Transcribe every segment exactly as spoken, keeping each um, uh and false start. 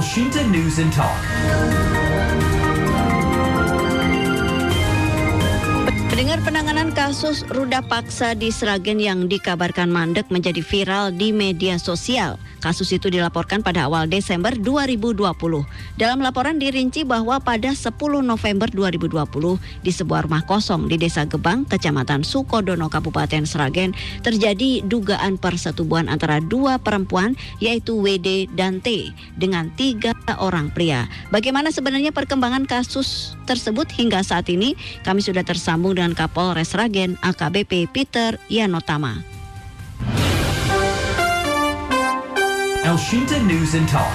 Elshinta News and Talk. Pendengar, penanganan kasus ruda paksa di Sragen yang dikabarkan mandek menjadi viral di media sosial. Kasus itu dilaporkan pada awal Desember dua ribu dua puluh. Dalam laporan dirinci bahwa pada sepuluh November dua ribu dua puluh di sebuah rumah kosong di Desa Gebang, Kecamatan Sukodono, Kabupaten Sragen, terjadi dugaan persetubuhan antara dua perempuan yaitu W D dan T dengan tiga orang pria. Bagaimana sebenarnya perkembangan kasus tersebut hingga saat ini? Kami sudah tersambung dengan Kapolres Sragen A K B P Peter Yanotama. Elshinta News and Talk.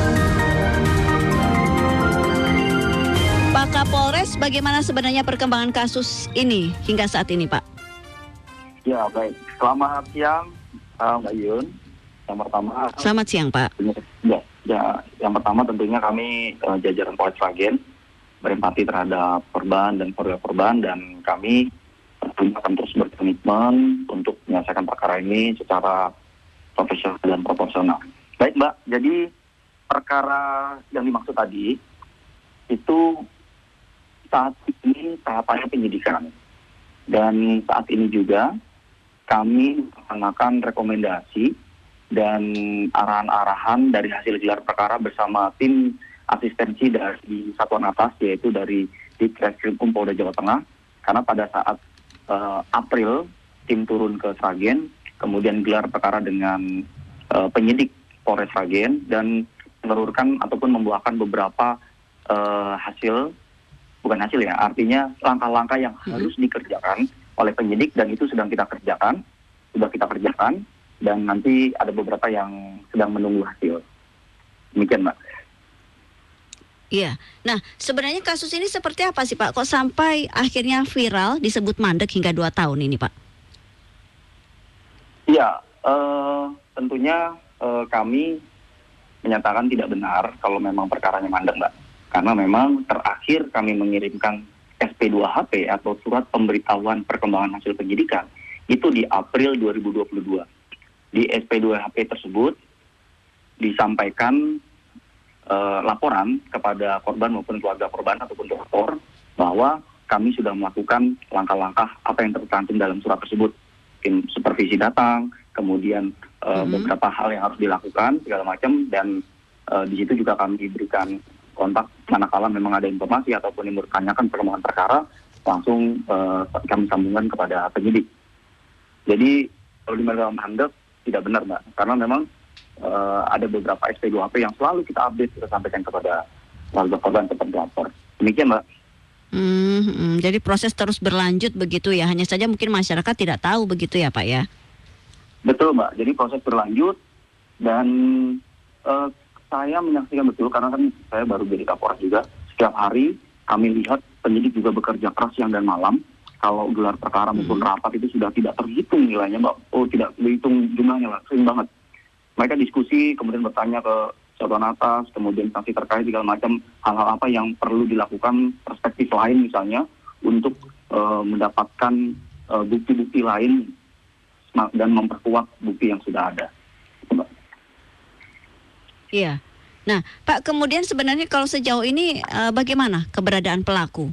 Pak Kapolres, bagaimana sebenarnya perkembangan kasus ini hingga saat ini, Pak? Ya, baik. Selamat siang, uh, Mbak Yun. Yang pertama, Selamat siang, Pak. Ya, ya, yang pertama tentunya kami uh, jajaran Polres Sragen berempati terhadap korban dan keluarga korban, dan kami tentunya akan terus berkomitmen untuk menyelesaikan perkara ini secara profesional dan proporsional. Baik, Mbak. Jadi perkara yang dimaksud tadi itu saat ini tahapannya penyidikan, dan saat ini juga kami melaksanakan rekomendasi dan arahan-arahan dari hasil gelar perkara bersama tim asistensi dari satuan atas, yaitu dari Ditreskrimum Polda Jawa Tengah. Karena pada saat uh, April tim turun ke Sragen, kemudian gelar perkara dengan uh, penyidik Polres Sragen dan menelurkan ataupun membuahkan beberapa uh, hasil, bukan hasil ya, artinya langkah-langkah yang hmm. harus dikerjakan oleh penyidik, dan itu sedang kita kerjakan, sudah kita kerjakan, dan nanti ada beberapa yang sedang menunggu hasil. Demikian, Mbak. Iya. Nah, sebenarnya kasus ini seperti apa sih, Pak? Kok sampai akhirnya viral disebut mandek hingga dua tahun ini, Pak? Iya, uh, tentunya uh, kami menyatakan tidak benar kalau memang perkaranya mandek, Mbak. Karena memang terakhir kami mengirimkan S P dua H P atau surat pemberitahuan perkembangan hasil penyidikan itu di April dua ribu dua puluh dua. Di S P dua H P tersebut disampaikan Uh, laporan kepada korban maupun keluarga korban ataupun terlapor bahwa kami sudah melakukan langkah-langkah apa yang tercantum dalam surat tersebut, mungkin supervisi datang, kemudian uh, mm-hmm. beberapa hal yang harus dilakukan segala macam, dan uh, di situ juga kami diberikan kontak manakala memang ada informasi ataupun yang bertanyakan perkembangan perkara, langsung uh, kami sambungkan kepada penyidik. Jadi kalau di dalam handek tidak benar, Mbak, karena memang Uh, ada beberapa S P dua H P yang selalu kita update, kita sampaikan kepada keluarga korban atau pelapor. Demikian, Mbak. Hmm, hmm, jadi proses terus berlanjut begitu ya, hanya saja mungkin masyarakat tidak tahu begitu ya, Pak ya? Betul, Mbak. Jadi proses berlanjut, dan uh, saya menyaksikan betul, karena kan saya baru jadi Kapolres juga. Setiap hari kami lihat penyidik juga bekerja keras siang dan malam. Kalau gelar perkara maupun hmm. rapat itu sudah tidak terhitung nilainya, Mbak. Oh, tidak dihitung jumlahnya, Mbak. Sering banget. Mereka diskusi, kemudian bertanya ke satuan atas, kemudian sanksi terkait segala macam, hal-hal apa yang perlu dilakukan, perspektif lain misalnya, untuk uh, mendapatkan uh, bukti-bukti lain dan memperkuat bukti yang sudah ada. Iya. Nah, Pak, kemudian sebenarnya kalau sejauh ini uh, bagaimana keberadaan pelaku?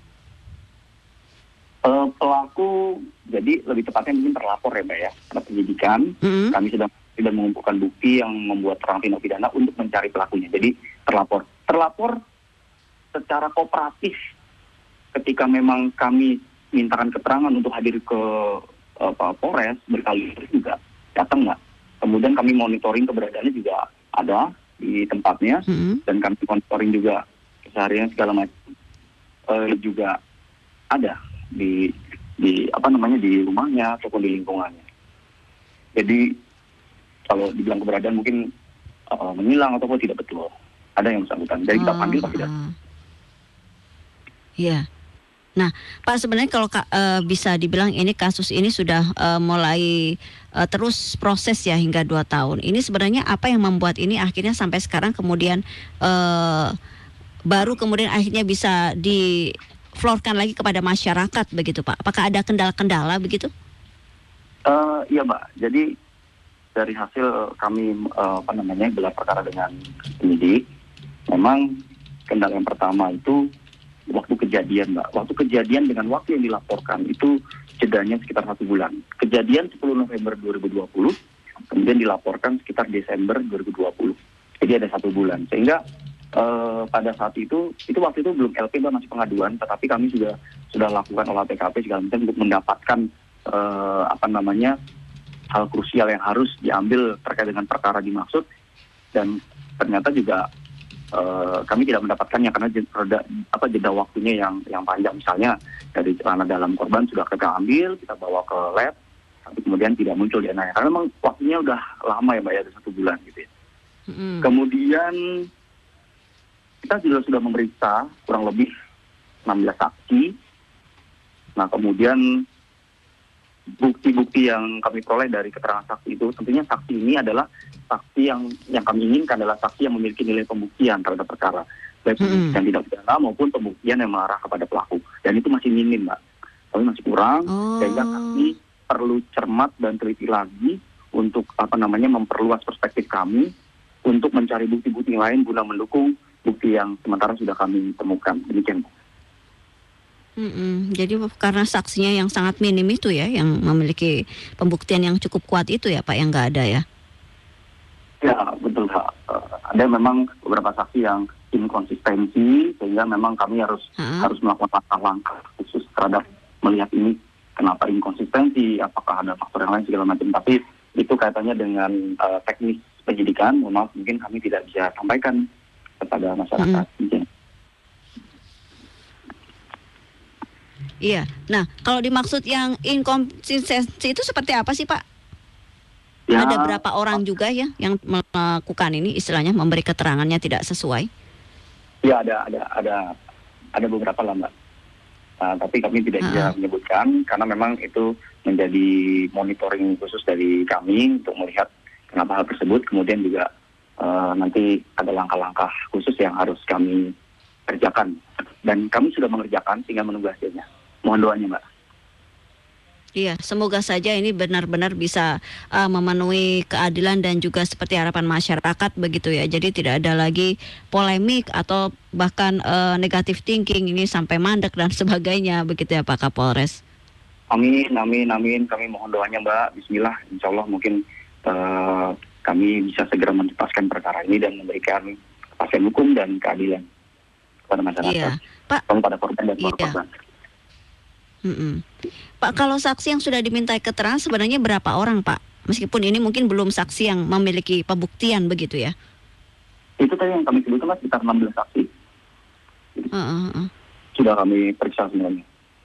Uh, pelaku, jadi lebih tepatnya mungkin terlapor ya, Mbak ya, karena penyidikan, mm-hmm. kami sedang dan mengumpulkan bukti yang membuat terang tindak pidana untuk mencari pelakunya. Jadi terlapor, terlapor secara kooperatif ketika memang kami mintakan keterangan untuk hadir ke uh, Polres berkali-kali juga datang, nggak. Kemudian kami monitoring keberadaannya juga ada di tempatnya, mm-hmm. dan kami monitoring juga keseharian segala macam uh, juga ada di di apa namanya di rumahnya ataupun di lingkungannya. Jadi kalau dibilang keberadaan mungkin uh, menghilang ataupun tidak betul, ada yang bersangkutan. Jadi kita panggil tapi tidak. Iya. Nah, Pak, sebenarnya kalau uh, bisa dibilang ini kasus ini sudah uh, mulai uh, terus proses ya hingga dua tahun. Ini sebenarnya apa yang membuat ini akhirnya sampai sekarang kemudian uh, baru kemudian akhirnya bisa diflorkan lagi kepada masyarakat begitu, Pak? Apakah ada kendala-kendala begitu? Uh, iya, Mbak. Jadi dari hasil kami uh, apa namanya gelar perkara dengan penyidik, Memang kendala yang pertama itu waktu kejadian, Mbak. Waktu kejadian dengan waktu yang dilaporkan itu jedanya sekitar satu bulan. Kejadian sepuluh November dua ribu dua puluh, kemudian dilaporkan sekitar Desember dua ribu dua puluh. Jadi ada satu bulan. Sehingga eh, pada saat itu, itu waktu itu belum L P, Mbak, masih pengaduan, tetapi kami sudah sudah lakukan olah T K P segala macam untuk mendapatkan eh, apa namanya hal krusial yang harus diambil terkait dengan perkara dimaksud, dan ternyata juga Uh, kami tidak mendapatkannya karena jeda, apa jeda waktunya yang yang panjang. Misalnya dari celana dalam korban sudah kita ambil, kita bawa ke lab, tapi kemudian tidak muncul D N A karena memang waktunya udah lama ya, Mbak, ya, ada satu bulan gitu ya. Mm-hmm. Kemudian kita juga sudah memeriksa kurang lebih enam belas saksi. Nah, kemudian bukti-bukti yang kami peroleh dari keterangan saksi itu, tentunya saksi ini adalah saksi yang yang kami inginkan adalah saksi yang memiliki nilai pembuktian terhadap perkara, baik pembuktian hmm. tidak pidana maupun pembuktian yang mengarah kepada pelaku. Dan itu masih minim, Mbak. Tapi masih kurang, oh. sehingga kami perlu cermat dan teliti lagi untuk apa namanya memperluas perspektif kami untuk mencari bukti-bukti lain guna mendukung bukti yang sementara sudah kami temukan. Demikian. Mm-mm. Jadi karena saksinya yang sangat minim itu ya, yang memiliki pembuktian yang cukup kuat itu ya, Pak, yang nggak ada ya? Ya, betul, Pak. Uh, ada memang beberapa saksi yang inkonsistensi, sehingga memang kami harus ha? harus melakukan langkah-langkah khusus terhadap melihat ini kenapa inkonsistensi, apakah ada faktor yang lain segala macam. Tapi itu kaitannya dengan uh, teknis penyidikan, mohon maaf mungkin kami tidak bisa sampaikan kepada masyarakat. Mm-hmm. Iya. Nah, kalau dimaksud yang inkonsistensi itu seperti apa sih, Pak? Ya, ada berapa orang juga ya yang melakukan ini, istilahnya memberi keterangannya tidak sesuai? Ya, ada ada ada ada beberapa lah, Mbak. Nah, tapi kami tidak bisa menyebutkan karena memang itu menjadi monitoring khusus dari kami untuk melihat kenapa hal tersebut. Kemudian juga uh, nanti ada langkah-langkah khusus yang harus kami kerjakan. Dan kami sudah mengerjakan, tinggal menunggu hasilnya. Mohon doanya, Mbak. Iya, semoga saja ini benar-benar bisa uh, memenuhi keadilan dan juga seperti harapan masyarakat begitu ya. Jadi tidak ada lagi polemik atau bahkan uh, negatif thinking ini sampai mandek dan sebagainya begitu ya, Pak Kapolres. Amin, amin, amin. Kami mohon doanya, Mbak. Bismillah, insya Allah mungkin uh, kami bisa segera menuntaskan perkara ini dan memberikan kepastian hukum dan keadilan kepada masyarakat. Iya, Pak. Pada korban dan iya. korban. Mm-mm. Pak, kalau saksi yang sudah dimintai keterangan sebenarnya berapa orang, Pak? Meskipun ini mungkin belum saksi yang memiliki pembuktian begitu ya? Itu tadi yang kami sebutkan sekitar enam belas saksi. Uh-uh. Sudah kami periksa sebenarnya.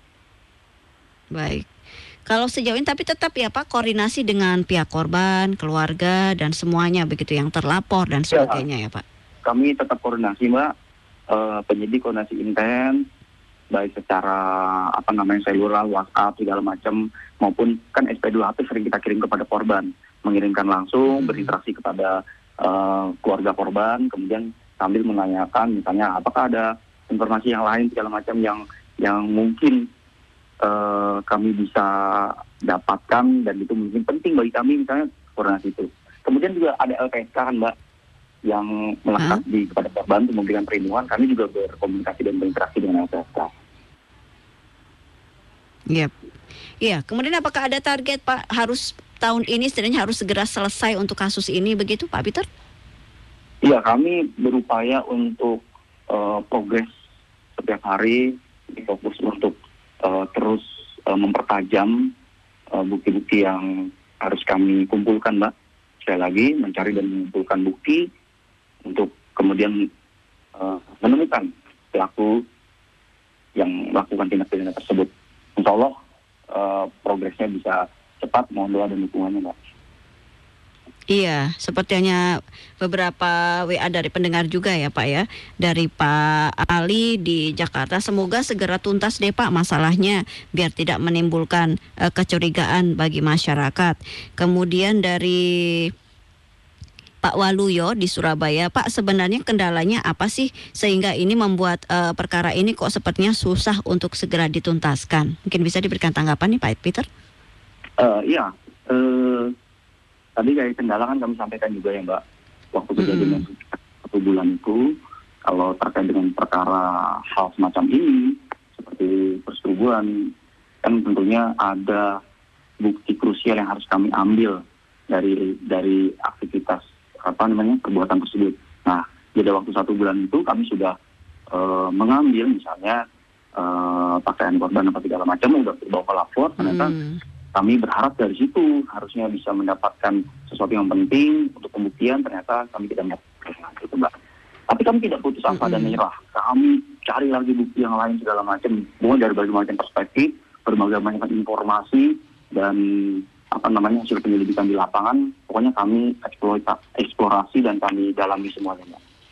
Baik. Kalau sejauh ini tapi tetap ya, Pak, koordinasi dengan pihak korban, keluarga dan semuanya begitu yang terlapor dan sebagainya ya, ya Pak? Kami tetap koordinasi, Mbak. Uh, penyidik koordinasi intens, baik secara apa namanya seluler, WhatsApp segala macam, maupun kan S P dua H P sering kita kirim kepada korban, mengirimkan langsung, hmm. berinteraksi kepada uh, keluarga korban, kemudian sambil menanyakan misalnya apakah ada informasi yang lain segala macam yang yang mungkin uh, kami bisa dapatkan dan itu mungkin penting bagi kami, misalnya koordinasi itu. Kemudian juga ada L P S K kan, Mbak, yang melekat huh? di kepada korban untuk memberikan perlindungan. Kami juga berkomunikasi dan berinteraksi dengan L P S K. Iya, yep. Iya. Kemudian apakah ada target, Pak, harus tahun ini setidaknya harus segera selesai untuk kasus ini begitu, Pak Peter? Iya, kami berupaya untuk uh, progres setiap hari, fokus untuk uh, terus uh, mempertajam uh, bukti-bukti yang harus kami kumpulkan, Mbak. Sekali lagi mencari dan mengumpulkan bukti untuk kemudian uh, menemukan pelaku yang melakukan tindak pidana tersebut. Insya Allah uh, progresnya bisa cepat, mohon doa dan dukungannya, Mbak. Iya, sepertinya beberapa W A dari pendengar juga ya, Pak ya, dari Pak Ali di Jakarta. Semoga segera tuntas deh, Pak, masalahnya biar tidak menimbulkan uh, kecurigaan bagi masyarakat. Kemudian dari Pak Waluyo di Surabaya, Pak, sebenarnya kendalanya apa sih sehingga ini membuat uh, perkara ini kok sepertinya susah untuk segera dituntaskan? Mungkin bisa diberikan tanggapan nih, Pak Peter? Uh, iya, uh, tadi dari kendala kan kami sampaikan juga ya, Mbak, waktu kejadian mm-hmm. satu bulan itu kalau terkait dengan perkara hal semacam ini, seperti persetubuhan, kan tentunya ada bukti krusial yang harus kami ambil dari dari aktivitas apa namanya perbuatan tersebut. Nah, jeda waktu satu bulan itu kami sudah uh, mengambil misalnya uh, pakaian korban apa segala macam, udah dibawa ke lapor. Ternyata hmm. kami berharap dari situ harusnya bisa mendapatkan sesuatu yang penting untuk pembuktian. Ternyata kami tidak mendapatkan itu, Mbak. Tapi kami tidak putus asa dan menyerah. Kami cari lagi bukti yang lain segala macam, mulai dari berbagai macam perspektif, berbagai macam informasi, dan apa namanya hasil penyelidikan di lapangan. Pokoknya kami eksplorasi, eksplorasi dan kami dalami semuanya.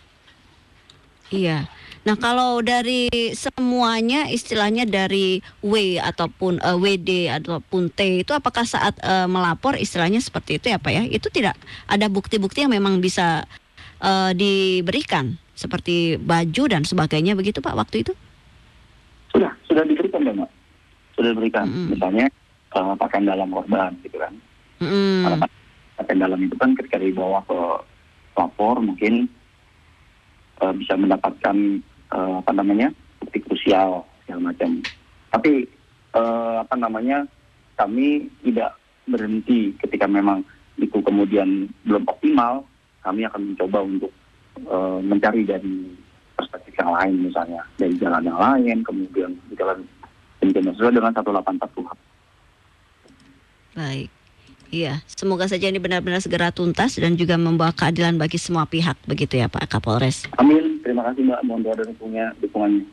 Iya. Nah, kalau dari semuanya, istilahnya dari W ataupun uh, W D ataupun T itu, apakah saat uh, melapor istilahnya seperti itu ya Pak ya? Itu tidak ada bukti-bukti yang memang bisa Uh, diberikan seperti baju dan sebagainya begitu Pak waktu itu? Sudah, sudah diberikan ya Mbak. Sudah diberikan. Mm-hmm. Misalnya uh, pakaian dalam korban gitu kan. Mm-hmm. Karena pakaian dalam itu kan ketika dibawa ke lapor mungkin uh, bisa mendapatkan uh, apa namanya bukti krusial segala macam. Tapi uh, apa namanya kami tidak berhenti ketika memang itu kemudian belum optimal. Kami akan mencoba untuk uh, mencari dari perspektif yang lain, misalnya dari jalan yang lain, kemudian di jalan yang sesuai dengan seratus delapan puluh empat Kuhap. Baik, iya. Semoga saja ini benar-benar segera tuntas dan juga membawa keadilan bagi semua pihak, begitu ya Pak Kapolres. Amin. Terima kasih Mbak. Mohon doa dan dukungannya. dukungannya.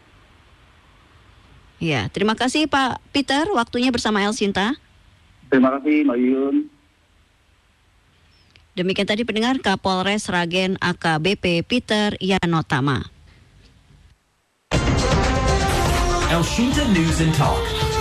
Iya, terima kasih Pak Peter. Waktunya bersama El Sinta. Terima kasih Mbak Yun. Demikian tadi pendengar Kapolres Sragen A K B P Peter Yanotama. El Shinta News and Talk.